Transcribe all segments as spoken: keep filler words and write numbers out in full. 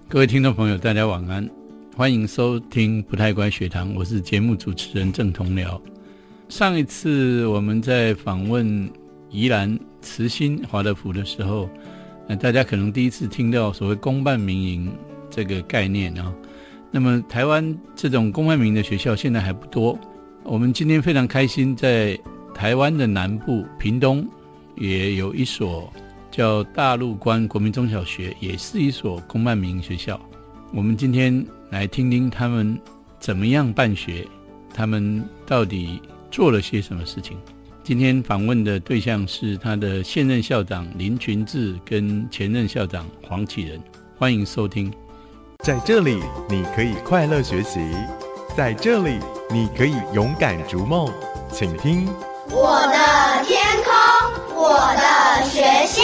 各位听众朋友大家晚安，欢迎收听不太乖学堂，我是节目主持人郑同僚。上一次我们在访问宜兰慈心华德福的时候，大家可能第一次听到所谓公办民营这个概念啊。那么台湾这种公办民营的学校现在还不多，我们今天非常开心，在台湾的南部屏东也有一所叫大陆关国民中小学，也是一所公办民营学校。我们今天来听听他们怎么样办学，他们到底做了些什么事情。今天访问的对象是他的现任校长林群志跟前任校长黄启仁，欢迎收听。 在这里你可以快乐学习，在这里你可以勇敢逐梦，请听我的天空，我的学校。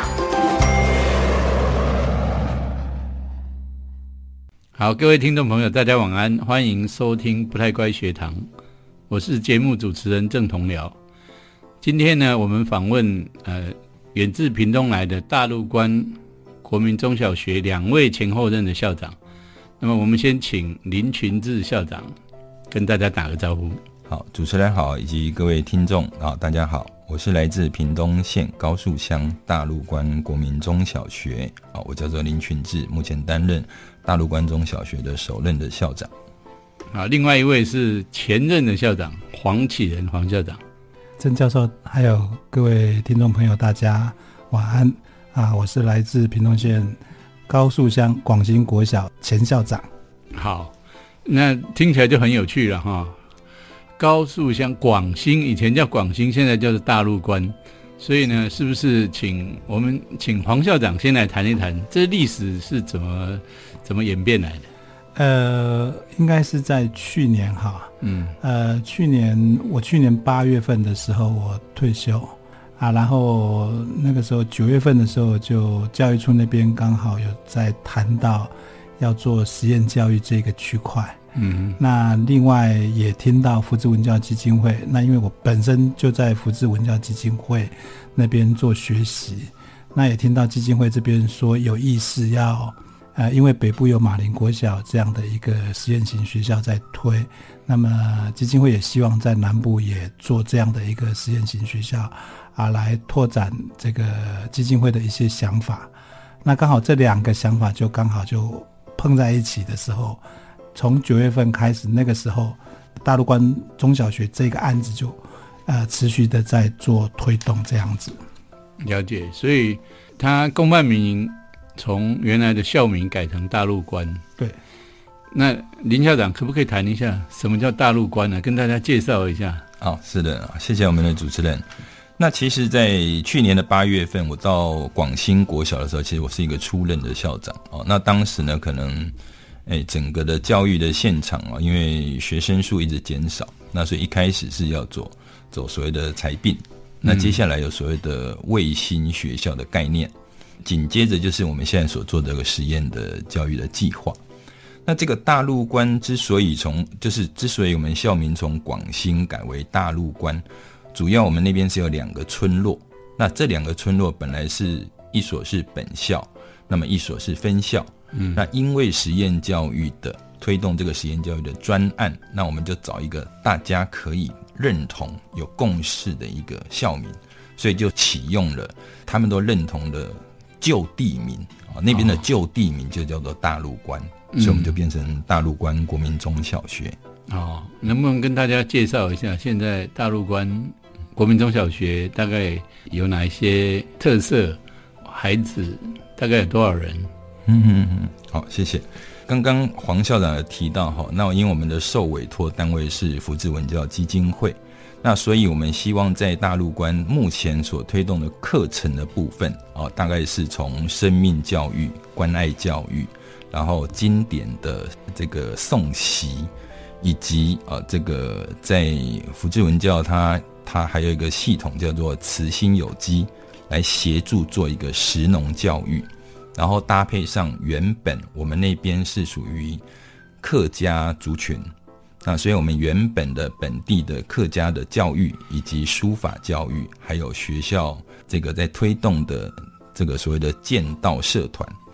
好，各位听众朋友大家晚安，欢迎收听不太乖学堂，我是节目主持人郑同僚。今天呢，我们访问呃远自屏东来的大陆关国民中小学两位前后任的校长。那么我们先请林群志校长跟大家打个招呼。 好，主持人好，以及各位听众啊，大家好，我是来自屏东县高树乡大陆关国民中小学啊，我叫做林群志，目前担任大陆关中小学的首任的校长。 好，另外一位是前任的校长黄启仁黄校长。 郑教授还有各位听众朋友大家晚安啊！我是来自屏东县高树乡广兴国小前校长。 好，那听起来就很有趣了哈。高树乡广兴以前叫广兴，现在叫做大陆关，所以呢，是不是请我们请黄校长先来谈一谈这历史是怎么怎么演变来的？ 呃，应该是在去年哈，嗯，呃，去年我去年八月份的时候我退休啊，然后那个时候九月份的时候，就教育处那边刚好有在谈到要做实验教育这个区块，嗯，那另外也听到福智文教基金会，那因为我本身就在福智文教基金会那边做学习，那也听到基金会这边说有意识要。呃，因为北部有马林国小这样的一个实验型学校在推，那么基金会也希望在南部也做这样的一个实验型学校啊，来拓展这个基金会的一些想法。那刚好这两个想法就刚好就碰在一起的时候，从九月份开始，那个时候大陆关中小学这个案子就呃持续的在做推动这样子。 了解，所以他公办民营从原来的校名改成大陆关。对，那林校长可不可以谈一下什么叫大陆关呢？跟大家介绍一下。 哦，是的，谢谢我们的主持人。那其实在去年的八月份，我到广兴国小的时候，其实我是一个初任的校长哦。那当时呢，可能诶整个的教育的现场啊，因为学生数一直减少，那所以一开始是要走走所谓的裁并，那接下来有所谓的卫星学校的概念。紧接着就是我们现在所做的这个实验的教育的计划。那这个大陆关之所以从就是之所以我们校名从广兴改为大陆关，主要我们那边是有两个村落，那这两个村落本来是一所是本校，那么一所是分校。嗯，那因为实验教育的推动这个实验教育的专案，那我们就找一个大家可以认同有共识的一个校名，所以就启用了他们都认同的旧地名啊，那边的旧地名就叫做大陆关，哦，所以我们就变成大陆关国民中小学。 哦，能不能跟大家介绍一下现在大陆关国民中小学大概有哪一些特色？孩子大概有多少人？ 嗯嗯嗯，好，谢谢。刚刚黄校长有提到哈，那因为我们的受委托单位是福智文教基金会。那所以我们希望在大陆关目前所推动的课程的部分，哦，大概是从生命教育、关爱教育，然后经典的这个诵习，以及呃这个在福智文教它它还有一个系统叫做慈心有机，来协助做一个食农教育，然后搭配上原本我们那边是属于客家族群。那所以我们原本的本地的客家的教育，以及书法教育，还有学校这个在推动的这个所谓的剑道社团，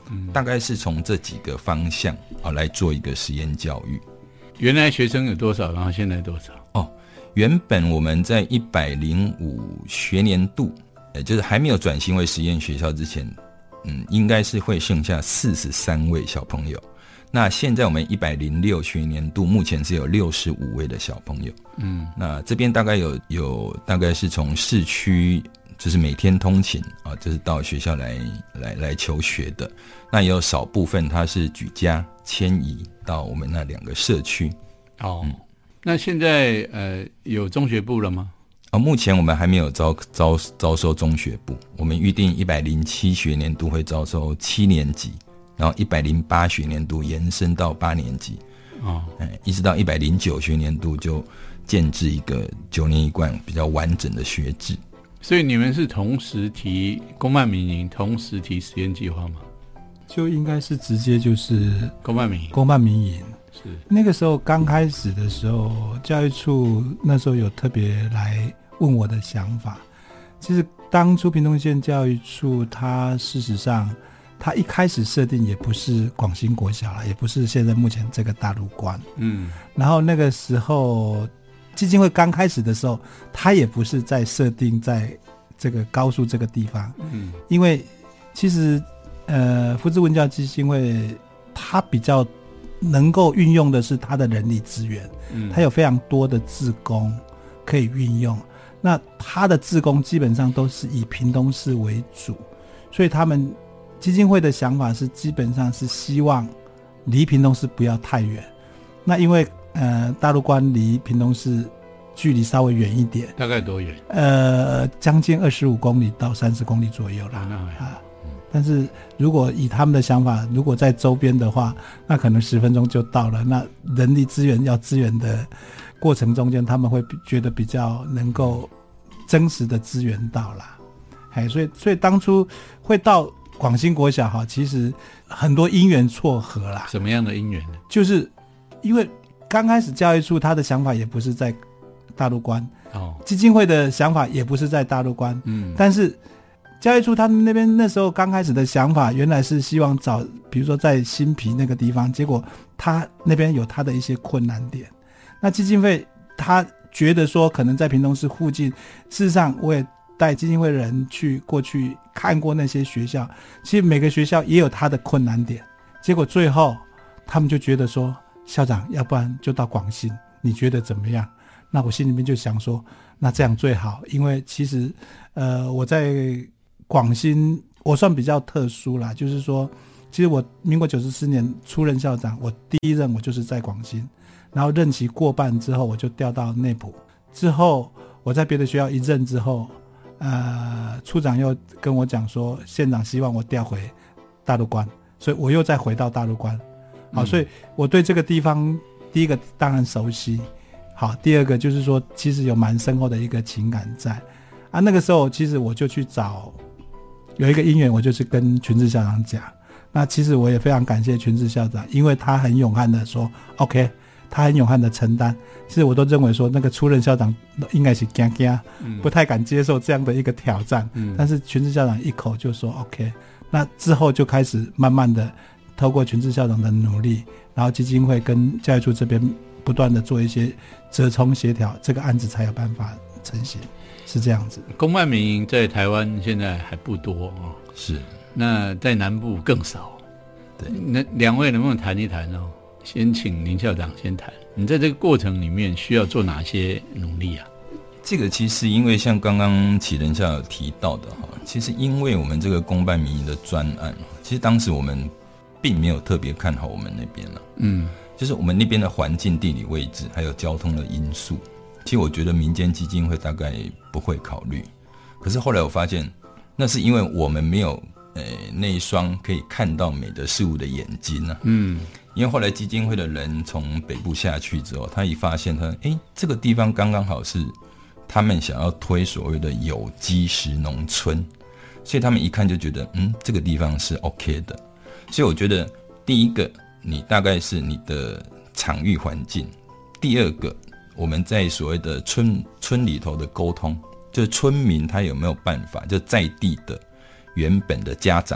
嗯、大概是从这几个方向啊来做一个实验教育。 原来学生有多少，然后现在多少？ 哦，原本我们在一百零五学年度，也就是还没有转型为实验学校之前，嗯，应该是会剩下四十三位小朋友。那现在我们一百零六学年度目前是有六十五位的小朋友。嗯，那这边大概有有大概是从市区，就是每天通勤啊，就是到学校来来来求学的。那也有少部分他是举家迁移到我们那两个社区。 哦、嗯，那现在呃有中学部了吗？ 哦，目前我们还没有招招招收中学部，我们预定一百零七学年度会招收七年级。然后一百零八学年度延伸到八年级，哦，哎，一直到一百零九学年度就建制一个九年一贯比较完整的学制。 所以你们是同时提公办民营，同时提实验计划吗？ 就应该是直接就是公办民营。 公办民营是那个时候刚开始的时候，教育处那时候有特别来问我的想法。其实当初屏东县教育处，它事实上。他一开始设定也不是广兴国小啦，也不是现在目前这个大陆关。嗯，然后那个时候基金会刚开始的时候，他也不是在设定在这个高速这个地方。嗯，因为其实呃，福智文教基金会它比较能够运用的是它的人力资源，嗯，它有非常多的志工可以运用。那它的志工基本上都是以屏东市为主，所以他们。基金会的想法是基本上是希望离屏东市不要太远。那因为呃大陆关离屏东市距离稍微远一点， 大概多远？ 呃将近二十五公里到三十公里左右啦。啊，但是如果以他们的想法，如果在周边的话，那可能十分钟就到了。那人力资源要支援的过程中间，他们会觉得比较能够真实的资源到啦。哎，所以所以当初会到广兴国小哈，其实很多因缘错合啦。 什么样的因缘呢？ 就是因为刚开始教育处他的想法也不是在大陆关，哦，基金会的想法也不是在大陆关，嗯，但是教育处他们那边那时候刚开始的想法，原来是希望找，比如说在新埤那个地方，结果他那边有他的一些困难点。那基金会他觉得说，可能在屏东市附近，事实上我也。带基金会的人去过去看过那些学校，其实每个学校也有他的困难点，结果最后他们就觉得说，校长要不然就到广兴，你觉得怎么样？那我心里面就想说，那这样最好，因为其实呃我在广兴我算比较特殊啦，就是说其实我民国九十四年出任校长，我第一任我就是在广兴，然后任期过半之后我就调到内埔，之后我在别的学校一任之后，呃，处长又跟我讲说，县长希望我调回大陆关，所以我又再回到大陆关。好，嗯，所以我对这个地方，第一个当然熟悉，好，第二个就是说，其实有蛮深厚的一个情感在。啊，那个时候其实我就去找，有一个因缘，我就是跟群智校长讲。那其实我也非常感谢群智校长，因为他很勇悍的说 ，OK。他很勇悍的承担，其实我都认为说那个出任校长应该是怕怕，嗯，不太敢接受这样的一个挑战，嗯，但是群智校长一口就说 OK， 那之后就开始慢慢的透过群智校长的努力，然后基金会跟教育处这边不断的做一些折冲协调，这个案子才有办法成型，是这样子。 公办民营在台湾现在还不多，哦， 是， 那在南部更少， 对， 那两位能不能谈一谈哦？先请林校长先谈，你在这个过程里面需要做哪些努力啊？ 这个其实因为像刚刚启仁校长有提到的哈，其实因为我们这个公办民营的专案，其实当时我们并没有特别看好我们那边了，嗯，就是我们那边的环境、地理位置还有交通的因素，其实我觉得民间基金会大概不会考虑。可是后来我发现，那是因为我们没有呃那一双可以看到美的事物的眼睛啊，嗯。因为后来基金会的人从北部下去之后，他一发现他，哎，这个地方刚刚好是他们想要推所谓的有机食农村，所以他们一看就觉得，嗯，这个地方是 OK 的。所以我觉得，第一个，你大概是你的场域环境；第二个，我们在所谓的村村里头的沟通，就是村民他有没有办法，就在地的原本的家长。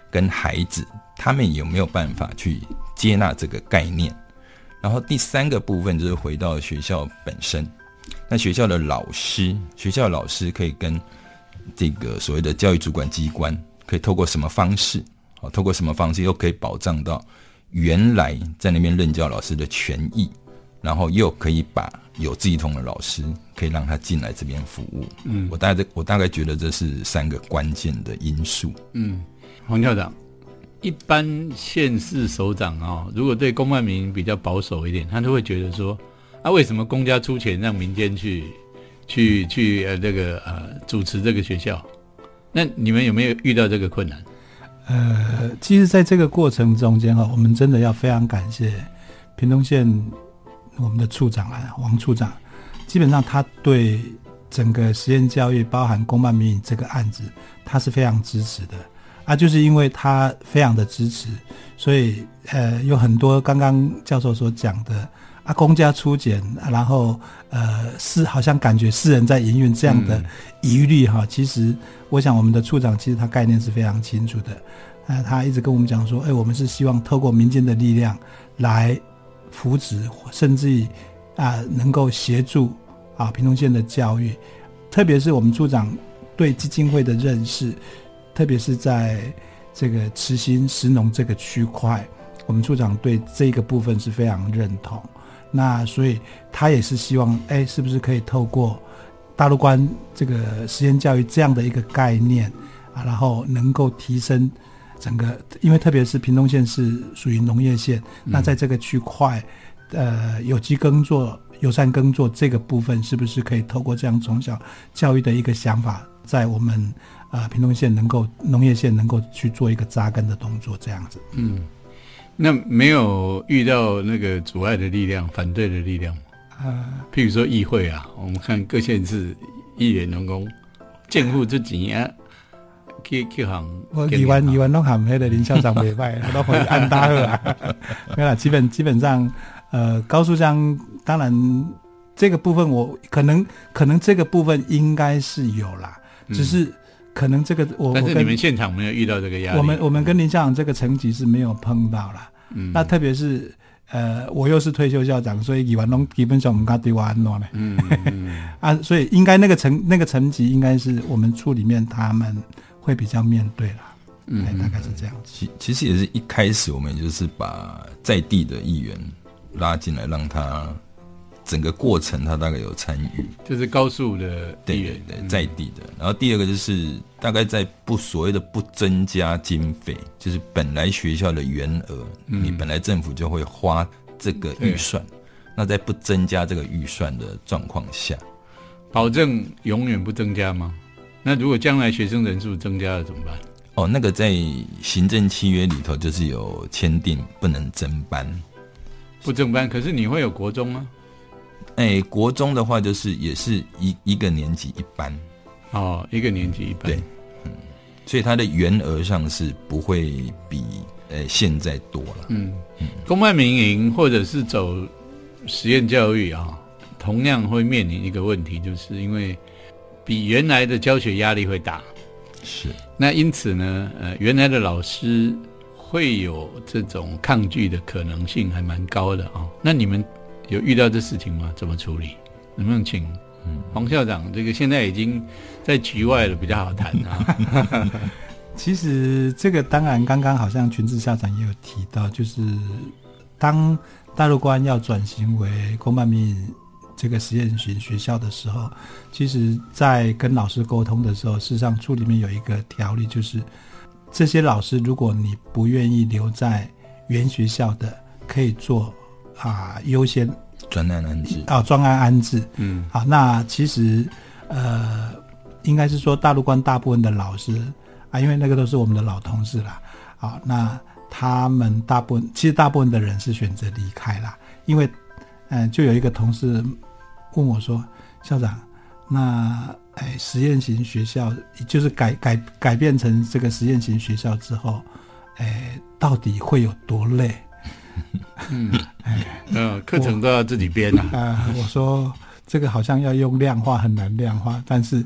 跟孩子他们有没有办法去接纳这个概念。然后第三个部分就是回到学校本身，那学校的老师学校的老师可以跟这个所谓的教育主管机关可以透过什么方式，透过什么方式又可以保障到原来在那边任教老师的权益，然后又可以把有志一同的老师可以让他进来这边服务。嗯，我大概我大概觉得这是三个关键的因素。 嗯，黄校长，一般县市首长哦，如果对公办民营比较保守一点，他都会觉得说，啊，为什么公家出钱让民间去去去呃这个呃主持这个学校？那你们有没有遇到这个困难？ 呃，其实在这个过程中间哈，我们真的要非常感谢屏东县我们的处长啊，王处长，基本上他对整个实验教育，包含公办民营这个案子，他是非常支持的啊。就是因为他非常的支持，所以呃，有很多刚刚教授所讲的啊，公家出钱，啊、然后呃，是好像感觉私人在营运这样的疑虑哈、嗯。其实我想我们的处长其实他概念是非常清楚的，呃，他一直跟我们讲说，哎，我们是希望透过民间的力量来扶持，甚至于啊能够协助啊屏东县的教育，特别是我们处长对基金会的认识，特别是在这个慈心食农这个区块，我们处长对这个部分是非常认同。那所以他也是希望，哎，是不是可以透过大陆观这个实验教育这样的一个概念啊，然后能够提升整个，因为特别是屏东县是属于农业县、嗯、那在这个区块呃，有机耕作友善耕作这个部分，是不是可以透过这样从小教育的一个想法，在我们呃屏东县能够农业县能够去做一个扎根的动作，这样子。 嗯，那没有遇到那个阻碍的力量，反对的力量吗？呃，譬如说议会啊，我们看各县市议员能够政府出钱啊，去去行， 我议员议员都喊那个林校长没败，都可以按大二啊。没啦，基本基本上，呃，高树乡当然这个部分我可能可能这个部分应该是有啦，嗯、只是可能这个我但是你们现场没有遇到这个压力。 我们我们跟林校长这个层级是没有碰到啦。嗯，那特别是呃，我又是退休校长，所以议员都基本上不敢对我安怎呢？嗯嗯啊，所以应该那个层那个层级应该是我们处里面他们会比较面对啦。嗯，大概是这样子。 其其实也是一开始我们就是把在地的议员拉进来，让他整个过程他大概有参与， 就是高速的议员， 对对对，在地的。然后第二个就是大概在不所谓的不增加经费，就是本来学校的原额，嗯、你本来政府就会花这个预算，那在不增加这个预算的状况下， 保证永远不增加吗？那如果将来学生人数增加了怎么办？ 哦，那个在行政契约里头就是有签订不能增班， 不增班，可是你会有国中啊。 哎，国中的话就是也是一一个年级一班， 哦，一个年级一班， 对，嗯，所以它的原额上是不会比呃现在多了。嗯嗯，公办民营或者是走实验教育啊，同样会面临一个问题，就是因为比原来的教学压力会大， 是， 那因此呢，呃，原来的老师会有这种抗拒的可能性还蛮高的啊。那你们有遇到这事情吗？怎么处理？能不能请黄校长？这个现在已经在局外了，比较好谈啊。 其实这个当然，刚刚好像群志校长也有提到，就是当大陆观要转型为公办民营这个实验型学校的时候，其实在跟老师沟通的时候，事实上处里面有一个条例，就是这些老师如果你不愿意留在原学校的，可以做啊，优先专案安置啊，专案安置。嗯，好，那其实呃，应该是说大陆观大部分的老师啊，因为那个都是我们的老同事啦。好，那他们大部分其实大部分的人是选择离开啦，因为嗯、呃，就有一个同事问我说：“校长，那哎，实验型学校就是改改改变成这个实验型学校之后，哎，到底会有多累？” 嗯，哎，嗯，课程都要自己编啊。 啊、呃，我说这个好像要用量化，很难量化，但是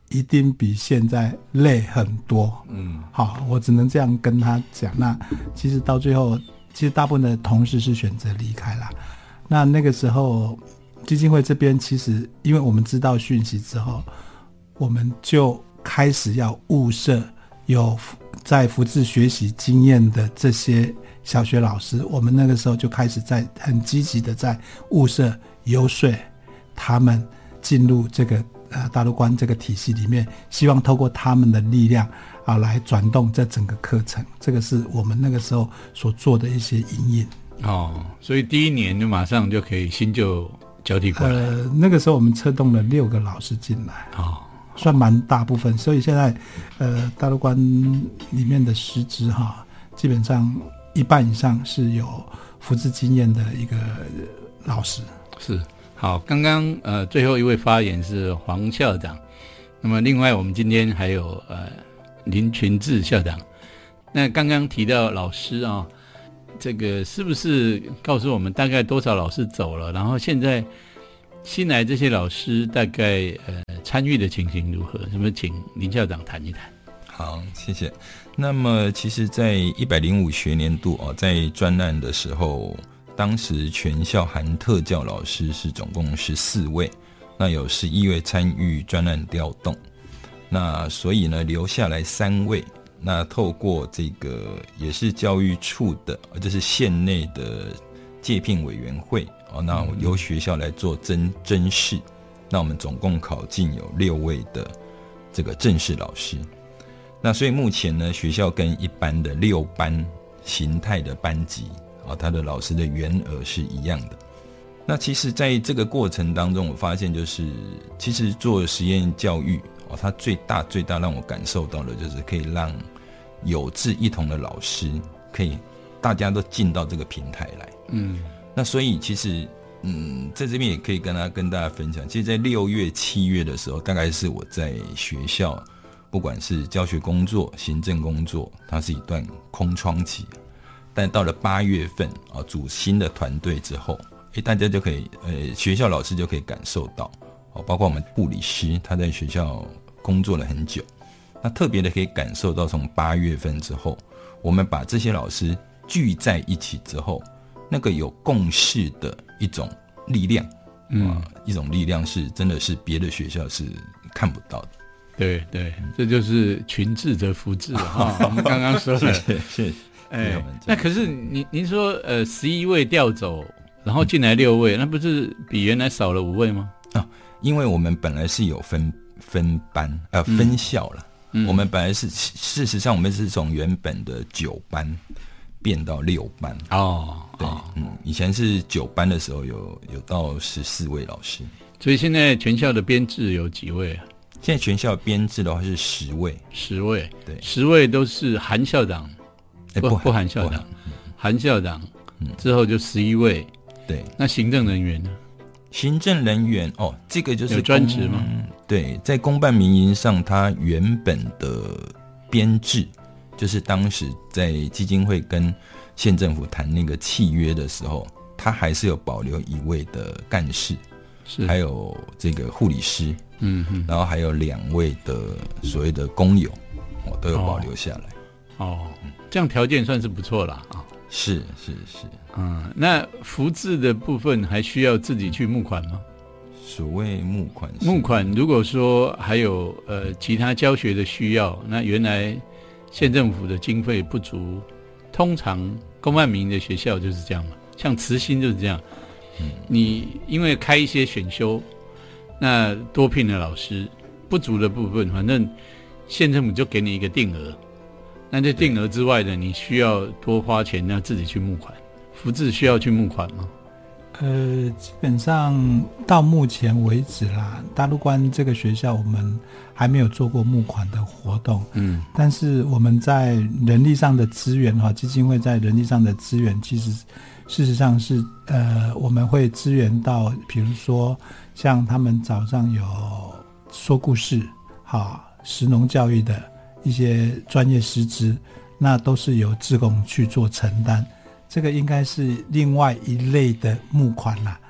一定比现在累很多。 嗯， 好，我只能这样跟他讲。那其实到最后，其实大部分的同事是选择离开啦。那那个时候基金会这边其实因为我们知道讯息之后，我们就开始要物色有在福智学习经验的这些小学老师，我们那个时候就开始在很积极的在物色游说他们进入这个呃大陆观这个体系里面，希望透过他们的力量啊来转动这整个课程。这个是我们那个时候所做的一些引引。 哦，所以第一年就马上就可以新旧交替过来。 呃，那个时候我们策动了六个老师进来。 哦， 算蛮大部分，所以现在呃大陆观里面的师资哈，基本上一半以上是有福智经验的一个老师。 是。好，刚刚呃最后一位发言是黄校长，那么另外我们今天还有呃林群志校长。那刚刚提到老师啊、哦，这个是不是告诉我们大概多少老师走了？然后现在新来这些老师大概呃参与的情形如何？是不是请林校长谈一谈？ 好，谢谢。那么其实在一百零五学年度哦，在专案的时候，当时全校含特教老师是总共十四位，那有十一位参与专案调动，那所以呢留下来三位。那透过这个也是教育处的，这是县内的介聘委员会哦，那由学校来做甄甄试，那我们总共考进有六位的这个正式老师。那所以目前呢，学校跟一般的六班形态的班级啊，它的老师的员额是一样的。那其实在这个过程当中，我发现就是其实做实验教育哦，它最大最大让我感受到的就是可以让有志一同的老师可以大家都进到这个平台来。 嗯， 那所以其实嗯，在这边也可以跟他跟大家分享，其实在六月七月的时候，大概是我在学校不管是教学工作行政工作，它是一段空窗期。但到了八月份啊，组新的团队之后，诶，大家就可以呃，学校老师就可以感受到哦，包括我们护理师，他在学校工作了很久，那特别的可以感受到，从八月份之后，我们把这些老师聚在一起之后，那个有共识的一种力量，嗯、啊，一种力量是真的是别的学校是看不到的。 对对，这就是群智则福智哈。我们刚刚说的， 是是。 哎，那可是您您说呃十一位调走，然后进来六位，那不是比原来少了五位吗？ 啊，因为我们本来是有分分班呃分校了、嗯，我们本来是事实上我们是从原本的九班变到六班哦， 对，哦、嗯，以前是九班的时候有有到十四位老师， 所以现在全校的编制有几位啊？ 现在全校编制的话是十位， 十位， 对， 十位都是韩校长。不不含校长，含校长、嗯、之后就十一位， 对。 那行政人员呢？ 行政人员哦，这个就是有专职吗？ 对，在公办民营上，它原本的编制就是当时在基金会跟县政府谈那个契约的时候，它还是有保留一位的干事， 是还有这个护理师， 嗯哼， 然后还有两位的所谓的工友，哦，都有保留下来。 哦。哦这样条件算是不错啦啊， 是是是， 嗯，那福智的部分还需要自己去募款吗？ 所谓募款， 募款如果说还有呃其他教学的需要，那原来县政府的经费不足，通常公办民营的学校就是这样嘛，像慈心就是这样，嗯，你因为开一些选修，那多聘的老师不足的部分，反正县政府就给你一个定额。那在定额之外的，你需要多花钱，要自己去募款。福智需要去募款吗？ 呃，基本上到目前为止啦，大陆观这个学校我们还没有做过募款的活动。嗯，但是我们在人力上的资源哈，基金会在人力上的资源，其实事实上是呃，我们会支援到，比如说像他们早上有说故事，哈，食农教育的。一些专业师资，那都是由志工去做承担，这个应该是另外一类的募款啦。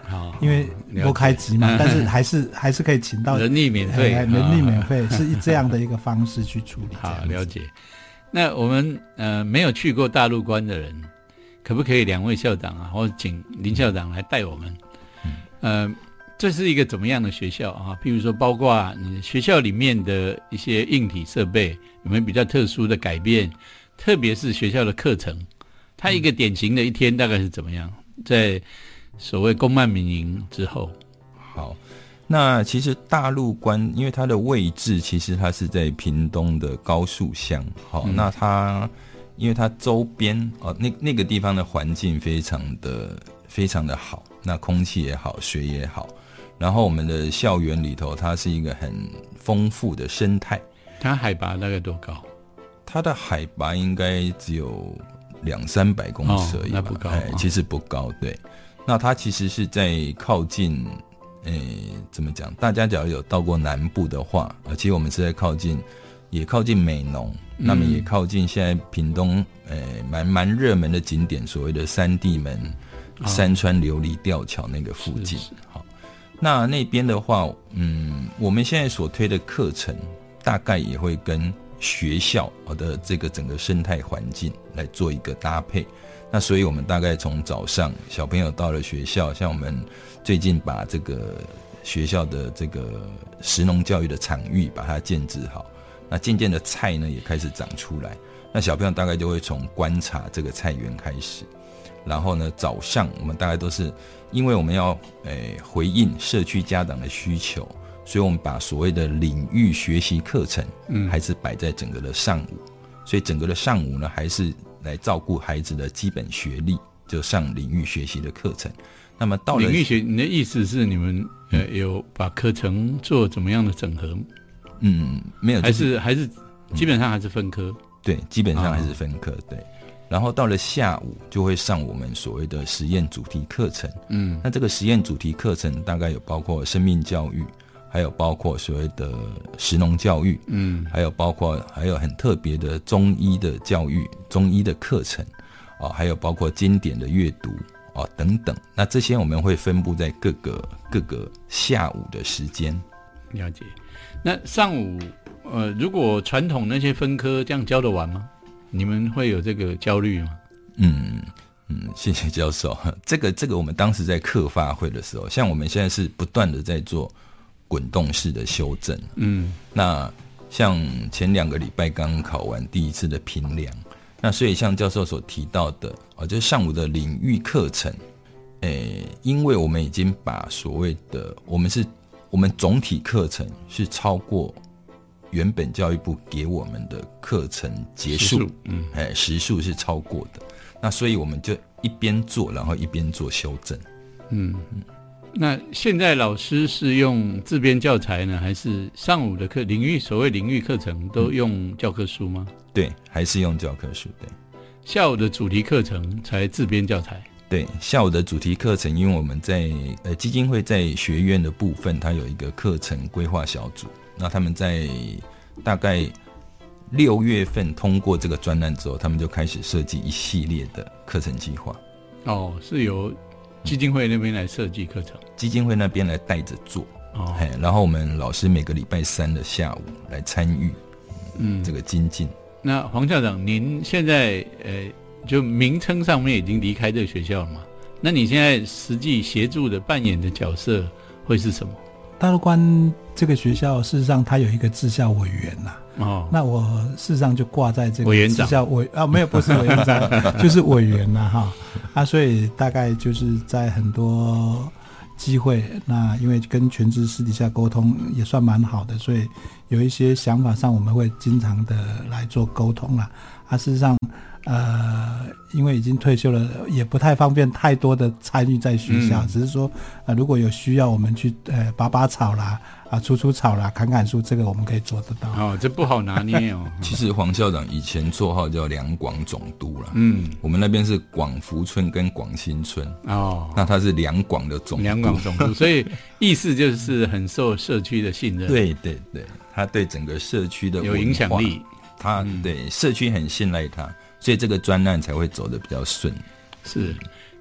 哦、因为不开机嘛，但是还是还是可以请到人力免费， 人力免费、哦、是这样的一个方式去处理。 好，了解。那我们呃没有去过大陆关的人，可不可以两位校长啊，或者请林校长来带我们？嗯、呃，这是一个怎么样的学校啊？譬如说，包括你学校里面的一些硬体设备有没有比较特殊的改变？特别是学校的课程，它一个典型的一天大概是怎么样？在所谓公办民营之后。 好，那其实大陆关，因为它的位置其实它是在屏东的高树乡，好、嗯，那它因为它周边哦，那那个地方的环境非常的非常的好，那空气也好，水也好，然后我们的校园里头，它是一个很丰富的生态。 它海拔大概多高？ 它的海拔应该只有两三百公尺而已吧、哦、那不高、哎、其实不高，对。那它其实是在靠近，诶，怎么讲？大家假如有到过南部的话，而且我们是在靠近，也靠近美浓，嗯、那么也靠近现在屏东，诶，蛮蛮热门的景点，所谓的三地门、哦、山川琉璃吊桥那个附近。好，那那边的话，嗯，我们现在所推的课程，大概也会跟学校的这个整个生态环境来做一个搭配。那所以我们大概从早上小朋友到了学校，像我们最近把这个学校的这个食农教育的场域把它建置好，那渐渐的菜呢也开始长出来，那小朋友大概就会从观察这个菜园开始，然后呢早上我们大概都是因为我们要、欸、回应社区家长的需求，所以我们把所谓的领域学习课程嗯还是摆在整个的上午，所以整个的上午呢还是来照顾孩子的基本学历，就上领域学习的课程。那么到了领域学，你的意思是你们呃有把课程做怎么样的整合？ 嗯，没有， 还是还是基本上还是分科、嗯？ 对，基本上还是分科。对，然后到了下午就会上我们所谓的实验主题课程。嗯，那这个实验主题课程大概有包括生命教育，还有包括所谓的食农教育，嗯，还有包括还有很特别的中医的教育，中医的课程，啊，还有包括经典的阅读啊等等。那这些我们会分布在各个各个下午的时间。 了解。那上午呃，如果传统那些分科这样教得完吗？你们会有这个焦虑吗？ 嗯嗯，谢谢教授。这个这个我们当时在课发会的时候，像我们现在是不断的在做滚动式的修正，嗯，那像前两个礼拜刚考完第一次的评量，那所以像教授所提到的，哦，就是上午的领域课程，诶，因为我们已经把所谓的我们是我们总体课程是超过原本教育部给我们的课程结束，嗯，哎，时数是超过的，那所以我们就一边做，然后一边做修正，嗯嗯。 那现在老师是用自编教材呢，还是上午的课领域所谓领域课程都用教科书吗？ 对，还是用教科书。对， 下午的主题课程才自编教材。 对，下午的主题课程，因为我们在呃基金会在学院的部分，它有一个课程规划小组，那他们在大概六月份通过这个专案之后，他们就开始设计一系列的课程计划。 哦，是由基金会那边来设计课程， 基金会那边来带着做，哦，然后我们老师每个礼拜三的下午来参与，嗯，这个精进。 那黄校长，您现在呃，就名称上面已经离开这个学校了嘛？那你现在实际协助的扮演的角色会是什么？ 大陆关这个学校，事实上它有一个治校委员呐、啊。哦，那我事实上就挂在这个治校委啊，没有，不是委员长，就是委员呐、啊、哈啊，所以大概就是在很多机会，那因为跟全职私底下沟通也算蛮好的，所以有一些想法上我们会经常的来做沟通啦。啊，事实上。呃，因为已经退休了，也不太方便太多的参与在学校，嗯、只是说，呃，如果有需要，我们去呃拔拔草啦，啊除除草啦，砍砍树，这个我们可以做得到。 哦，这不好拿捏哦。 其实黄校长以前绰号叫两广总督啦，嗯，我们那边是广福村跟广新村哦，那他是两广的总督， 两广总督，所以意思就是很受社区的信任。 对对对，他对整个社区的文化有影响力， 他、嗯、对社区很信赖他。所以这个专案才会走得比较顺。 是，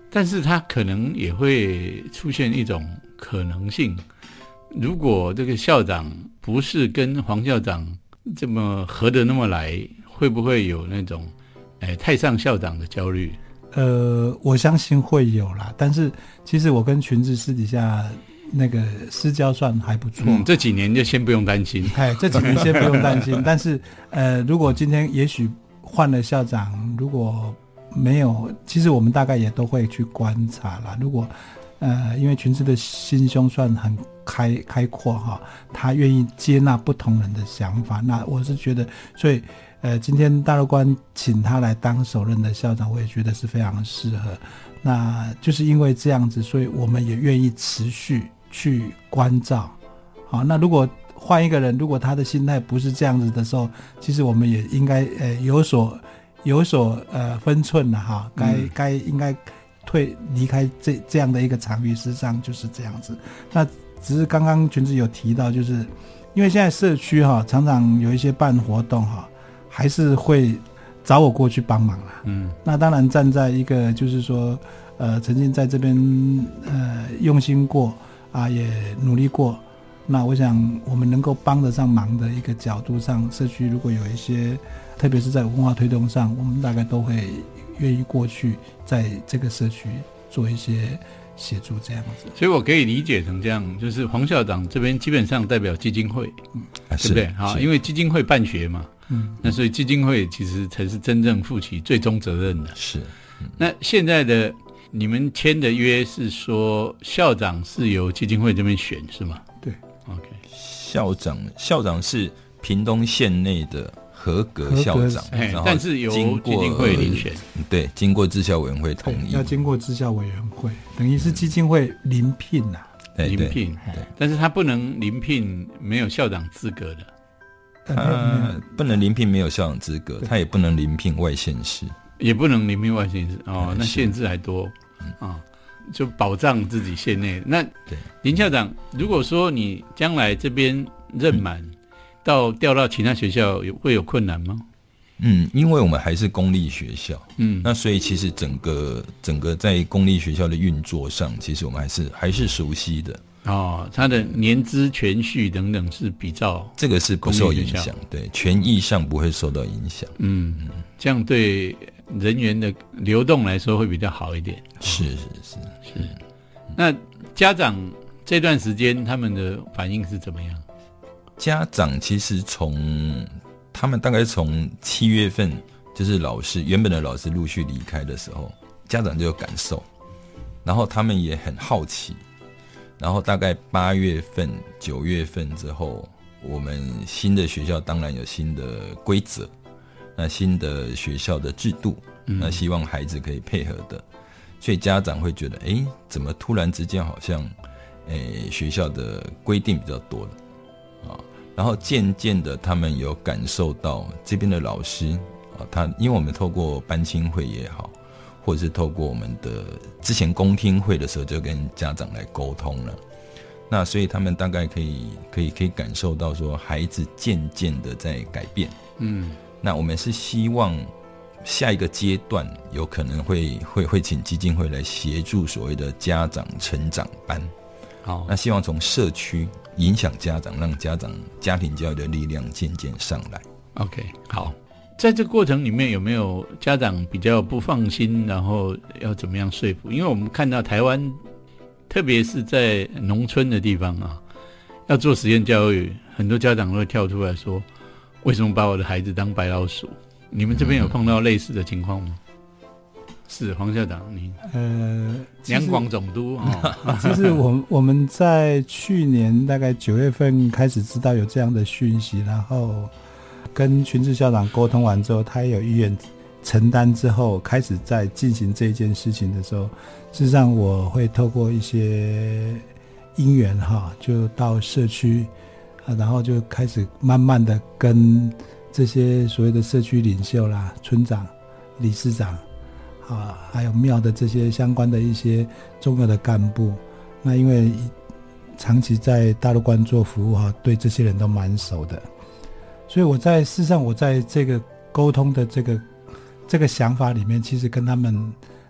但是它可能也会出现一种可能性，如果这个校长不是跟黄校长这么合得那么来，会不会有那种哎太上校长的焦虑？ 呃，我相信会有啦，但是其实我跟群智私底下那个私交算还不错， 嗯，这几年就先不用担心， 哎，这几年先不用担心。但是呃，如果今天也许换了校长，如果没有，其实我们大概也都会去观察啦。如果呃，因为群智的心胸算很开开阔哈，他愿意接纳不同人的想法，那我是觉得，所以呃，今天大陆官请他来当首任的校长，我也觉得是非常适合。那就是因为这样子，所以我们也愿意持续去关照。好，那如果换一个人，如果他的心态不是这样子的时候，其实我们也应该呃有所有所呃分寸了哈，该、嗯、该应该退离开这这样的一个场域，事实上就是这样子。那只是刚刚群智有提到，就是因为现在社区哈常常有一些办活动哈，还是会找我过去帮忙啦。嗯，那当然站在一个就是说呃曾经在这边呃用心过啊，也努力过。那我想我们能够帮得上忙的一个角度上，社区如果有一些特别是在文化推动上，我们大概都会愿意过去在这个社区做一些协助这样子。 所以我可以理解成这样，就是黄校长这边基本上代表基金会，嗯，对不对？好，因为基金会办学嘛，嗯，那所以基金会其实才是真正负起最终责任的。 是， 嗯，那现在的你们签的约是说校长是由基金会这边选是吗？ 对 ，OK， 校长校长是屏东县内的合格校长， 但是由基金会遴选， 对，经过治校委员会同意， 要经过治校委员会，等于是基金会遴聘呐， 遴聘，但是他不能遴聘没有校长资格的， 他不能遴聘没有校长资格，他也不能遴聘外县市， 也不能遴聘外县市哦，那限制还多啊。就保障自己县内。那林校长，如果说你将来这边任满，嗯，到调到其他学校有会有困难吗？ 嗯，因为我们还是公立学校，嗯，那所以其实整个整个在公立学校的运作上，其实我们还是还是熟悉的。 哦，他的年资、权序等等是比照这个是不受影响，对，权益上不会受到影响。 嗯嗯，这样对人员的流动来说会比较好一点。 是是是是。 那家长这段时间他们的反应是怎么样？ 家长其实从他们大概从七月份，就是老师原本的老师陆续离开的时候，家长就有感受，然后他们也很好奇。然后大概八月份、九月份之后，我们新的学校当然有新的规则，那新的学校的制度，那希望孩子可以配合的，所以家长会觉得，哎，怎么突然之间好像，哎，学校的规定比较多了啊？然后渐渐的，他们有感受到这边的老师啊，他因为我们透过班亲会也好。或者是透过我们的之前公听会的时候就跟家长来沟通了，那所以他们大概可以可以可以感受到说孩子渐渐的在改变，嗯，那我们是希望下一个阶段有可能会会会请基金会来协助所谓的家长成长班，好，那希望从社区影响家长，让家长家庭教育的力量渐渐上来。 OK， 好，在这个过程里面有没有家长比较不放心，然后要怎么样说服？因为我们看到台湾特别是在农村的地方啊，要做实验教育，很多家长都会跳出来说，为什么把我的孩子当白老鼠？你们这边有碰到类似的情况吗？嗯、是黄校长，你呃，两广总督啊， 其实我我们在去年大概九月份开始知道有这样的讯息，然后跟群智校长沟通完之后，他也有意愿承担之后，开始在进行这件事情的时候，事实上我会透过一些因缘哈，就到社区啊，然后就开始慢慢的跟这些所谓的社区领袖啦、村长、理事长啊，还有庙的这些相关的一些重要的干部，那因为长期在大陆关做服务哈，对这些人都蛮熟的。所以我在事实上我在这个沟通的这个这个想法里面，其实跟他们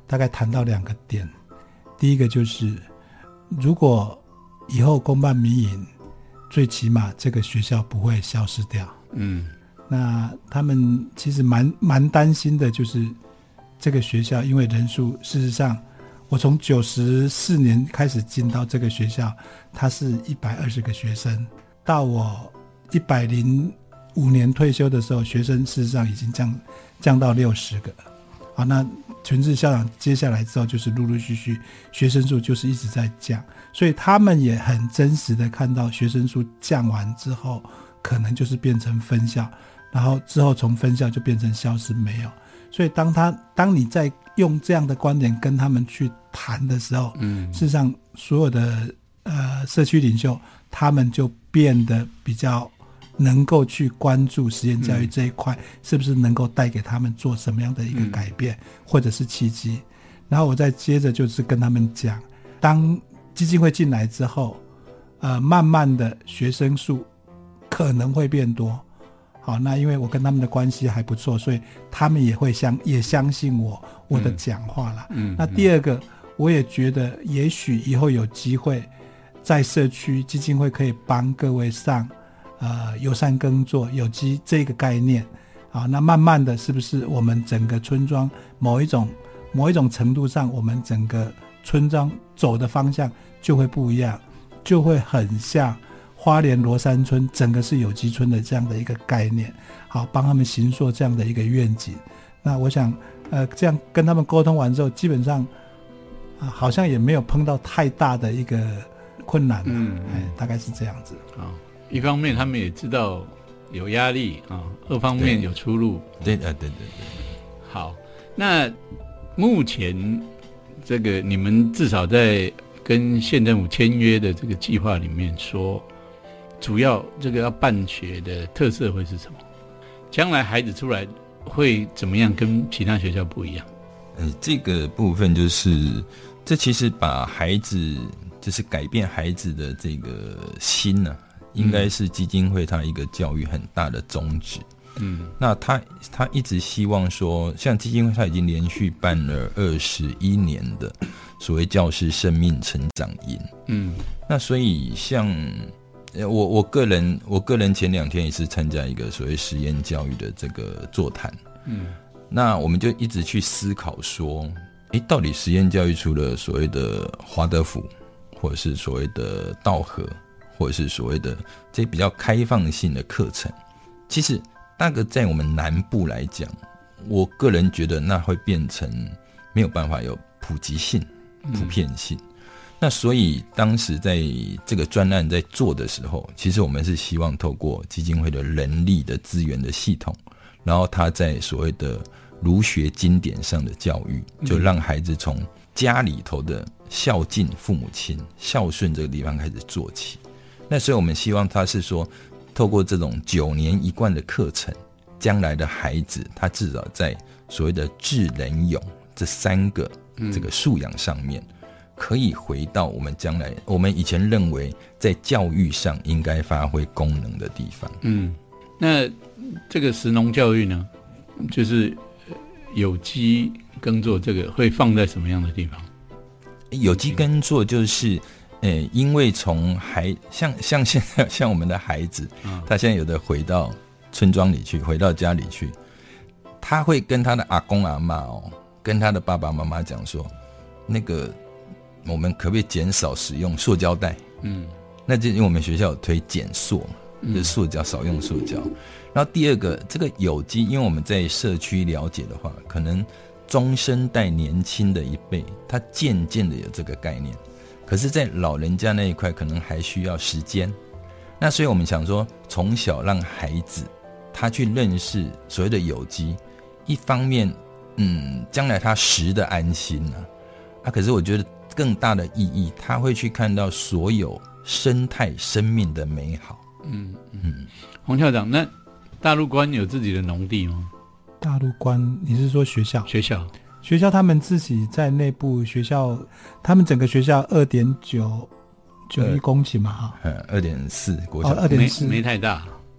大概谈到两个点。第一个就是，如果以后公办民营，最起码这个学校不会消失掉。嗯，那他们其实蛮蛮担心的，就是这个学校因为人数，事实上我从九十四年开始进到这个学校，它是一百二十个学生，到我一百零五年退休的时候，学生事实上已经降降到六十个。好，那全志校长接下来之后，就是陆陆续续学生数就是一直在降，所以他们也很真实的看到学生数降完之后，可能就是变成分校，然后之后从分校就变成消失没有。所以当他当你在用这样的观点跟他们去谈的时候，嗯，事实上所有的呃社区领袖他们就变得比较能够去关注实验教育这一块，嗯，是不是能够带给他们做什么样的一个改变，嗯，或者是契机。然后我再接着就是跟他们讲，当基金会进来之后，呃，慢慢的学生数可能会变多。好，那因为我跟他们的关系还不错，所以他们也会相也相信我我的讲话啦。嗯，那第二个，我也觉得也许以后有机会在社区基金会可以帮各位上呃友善耕作有机这个概念。好，那慢慢的是不是我们整个村庄某一种某一种程度上，我们整个村庄走的方向就会不一样，就会很像花莲罗山村整个是有机村的这样的一个概念。好，帮他们形塑这样的一个愿景。那我想呃，这样跟他们沟通完之后，基本上啊，好像也没有碰到太大的一个困难。嗯，哎，大概是这样子。 啊，一方面他们也知道有压力啊，二方面有出路。 对对对对对。 好，那目前这个你们至少在跟县政府签约的这个计划里面说，主要这个要办学的特色会是什么？将来孩子出来会怎么样跟其他学校不一样？ 呃，这个部分就是这其实把孩子就是改变孩子的这个心呢、啊，应该是基金会它一个教育很大的宗旨。嗯，那他他一直希望说，像基金会他已经连续办了二十一年的所谓教师生命成长营。嗯，那所以像我我个人我个人前两天也是参加一个所谓实验教育的这个座谈。嗯，那我们就一直去思考说，诶，到底实验教育除了所谓的华德福，或者是所谓的道和，或者是所谓的这比较开放性的课程，其实那个在我们南部来讲，我个人觉得那会变成没有办法有普及性、普遍性。嗯，那所以当时在这个专案在做的时候，其实我们是希望透过基金会的人力的资源的系统，然后他在所谓的儒学经典上的教育，就让孩子从家里头的孝敬父母亲、孝顺这个地方开始做起。那所以我们希望他是说，透过这种九年一贯的课程，将来的孩子他至少在所谓的智仁勇这三个这个素养上面，可以回到我们将来我们以前认为在教育上应该发挥功能的地方。 嗯，那这个食农教育呢，就是有机耕作，这个会放在什么样的地方？ 有机耕作就是诶，因为从孩像像现在像我们的孩子，嗯，他现在有的回到村庄里去，回到家里去，他会跟他的阿公阿嬷哦，跟他的爸爸妈妈讲说，那个我们可不可以减少使用塑胶袋？嗯，那就因为我们学校有推减塑嘛，就是塑胶少用塑胶。然后第二个，这个有机，因为我们在社区了解的话，可能中生代年轻的一辈，他渐渐的有这个概念。可是在老人家那一块可能还需要时间，那所以我们想说从小让孩子他去认识所谓的有机，一方面嗯，将来他食的安心啊，啊可是我觉得更大的意义，他会去看到所有生态生命的美好。 嗯嗯，黄校长，那大陆关有自己的农地吗？ 大陆关你是说学校？ 学校学校他们自己在内部学校，他们整个学校二点九九一公顷嘛，哈， 嗯，二点四国小， 二点四没太大。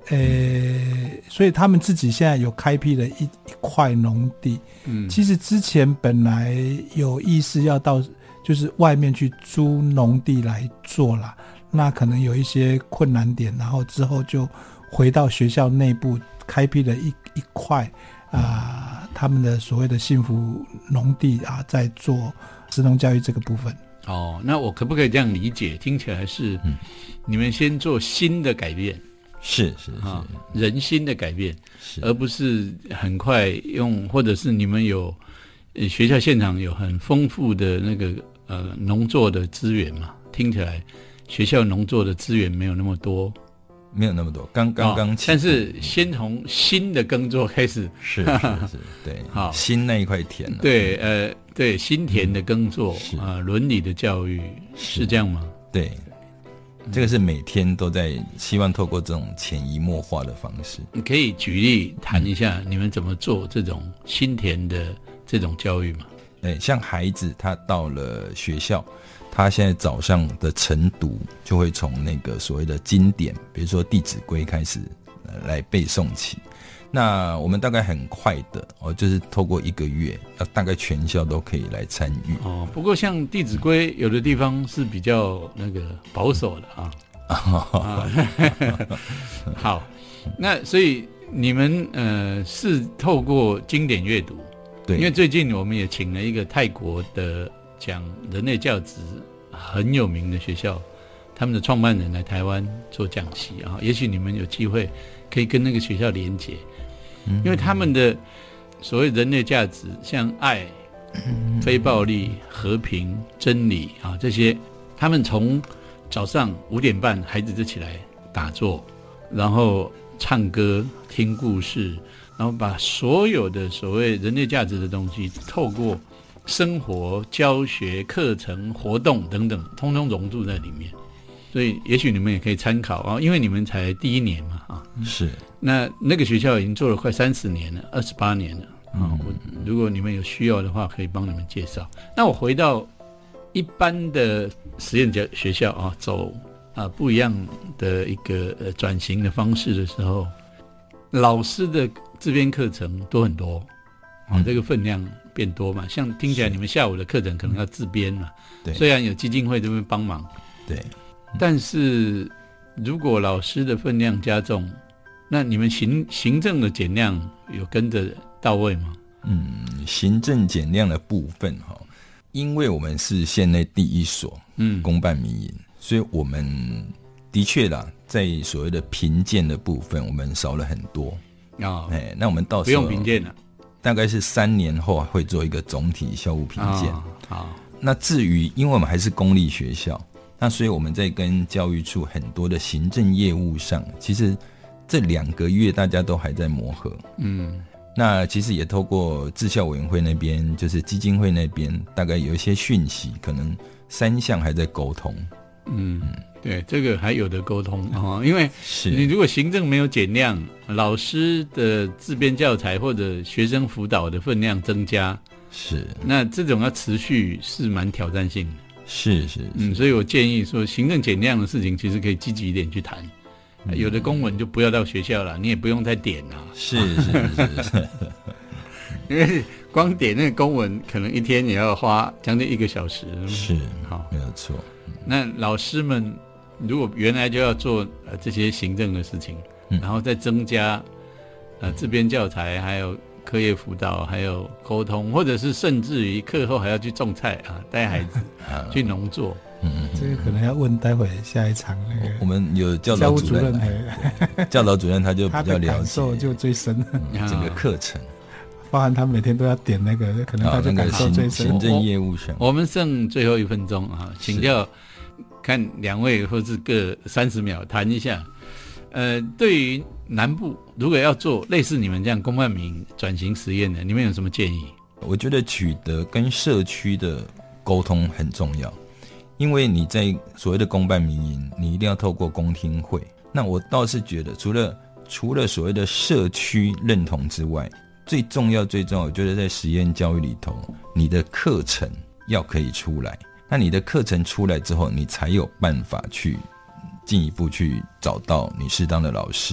呃，所以他们自己现在有开辟了一一块农地。嗯，其实之前本来有意识要到就是外面去租农地来做啦，那可能有一些困难点，然后之后就回到学校内部开辟了一一块啊、呃，他们的所谓的幸福农地啊，在做食农教育这个部分。 哦，那我可不可以这样理解？听起来是，嗯，你们先做新的改变， 是是是、哦， 人心的改变，而不是很快用，或者是你们有呃学校现场有很丰富的那个呃农作的资源嘛？听起来学校农作的资源没有那么多。 没有那么多，刚刚刚、哦， 但是先从新的耕作开始， 是是是，对，好，新那一块田， 对，呃，对，新田的耕作啊，伦、呃、理的教育 是, 是这样吗？ 对，这个是每天都在希望透过这种潜移默化的方式。 你可以举例谈一下你们怎么做这种新田的这种教育吗？ 对，像孩子他到了学校。他现在早上的晨读就会从那个所谓的经典，比如说《弟子规》开始、呃、来背诵起。那我们大概很快的哦，就是透过一个月，大概全校都可以来参与。 哦，不过像《弟子规》有的地方是比较那个保守的啊。啊好，那所以你们呃是透过经典阅读，对，因为最近我们也请了一个泰国的讲人类教职很有名的学校，他们的创办人来台湾做讲习啊，也许你们有机会可以跟那个学校连结，嗯、因为他们的所谓人类价值，像爱、嗯、非暴力、和平、真理啊这些，他们从早上五点半孩子就起来打坐，然后唱歌、听故事，然后把所有的所谓人类价值的东西透过生活、教学、课程、活动等等，通通融入在里面。所以，也许你们也可以参考啊，因为你们才第一年嘛，啊， 是。 那那个学校已经做了快三十年了，二十八年了啊。我如果你们有需要的话，可以帮你们介绍。那我回到一般的实验学校啊，走啊不一样的一个呃转型的方式的时候，老师的自编课程多很多啊，这个分量变多嘛，像听起来你们下午的课程可能要自编嘛，对，虽然有基金会这边帮忙， 对， 但是如果老师的分量加重，那你们行行政的减量有跟着到位吗？ 嗯，行政减量的部分哈，因为我们是县内第一所嗯公办民营，所以我们的确啦，在所谓的评鉴的部分，我们少了很多啊、哦。哎，那我们到时候不用评鉴了。 大概是三年后会做一个总体校务评鉴。 哦、好， 那至于因为我们还是公立学校，那所以我们在跟教育处很多的行政业务上，其实这两个月大家都还在磨合。嗯，那其实也透过治校委员会那边，就是基金会那边，大概有一些讯息，可能三项还在沟通。 嗯，对，这个还有的沟通啊，因为你如果行政没有减量，老师的自编教材或者学生辅导的分量增加， 是， 那这种要持续是蛮挑战性的。 是 是, 是， 嗯，所以我建议说，行政减量的事情其实可以积极一点去谈。嗯、有的公文就不要到学校了，你也不用再点了。 是是是是， 因为光点那个公文，可能一天也要花将近一个小时。 是，好，没有错。 那老师们如果原来就要做呃这些行政的事情，嗯、然后再增加呃自编教材，还有课业辅导，还有沟通，或者是甚至于课后还要去种菜啊，带孩子去农作。 嗯，这个可能要问待会下一场那个我们有教导主任，教导主任他就比较了解，他的感受就最深， 嗯、整个课程。 包含他每天都要点那个，可能他就感受最深。 哦那个、行, 行政业务上， 我们剩最后一分钟啊，请教看两位或是各三十秒谈一下。呃，对于南部如果要做类似你们这样公办民转型实验的，你们有什么建议？ 我觉得取得跟社区的沟通很重要，因为你在所谓的公办民营，你一定要透过公听会。那我倒是觉得，除了除了所谓的社区认同之外，最重要最重要，我觉得在实验教育里头，你的课程要可以出来。那你的课程出来之后，你才有办法去进一步去找到你适当的老师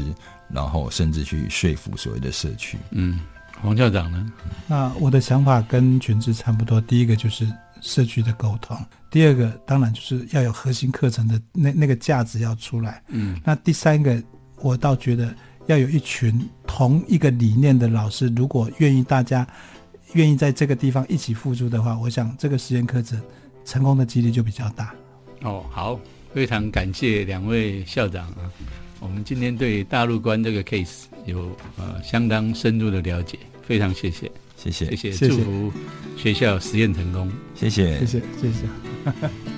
然后甚至去说服所谓的社区。 嗯，黄校长呢？ 那我的想法跟全志差不多。第一个就是社区的沟通，第二个当然就是要有核心课程的那那个价值要出来。嗯，那第三个我倒觉得要有一群同一个理念的老师，如果愿意大家愿意在这个地方一起付出的话，我想这个实验课程成功的几率就比较大。 哦，好，非常感谢两位校长啊，我们今天对大陆关这个 case 有呃相当深入的了解，非常谢谢， 谢谢， 谢谢，祝福学校实验成功， 谢谢， 谢谢，谢谢。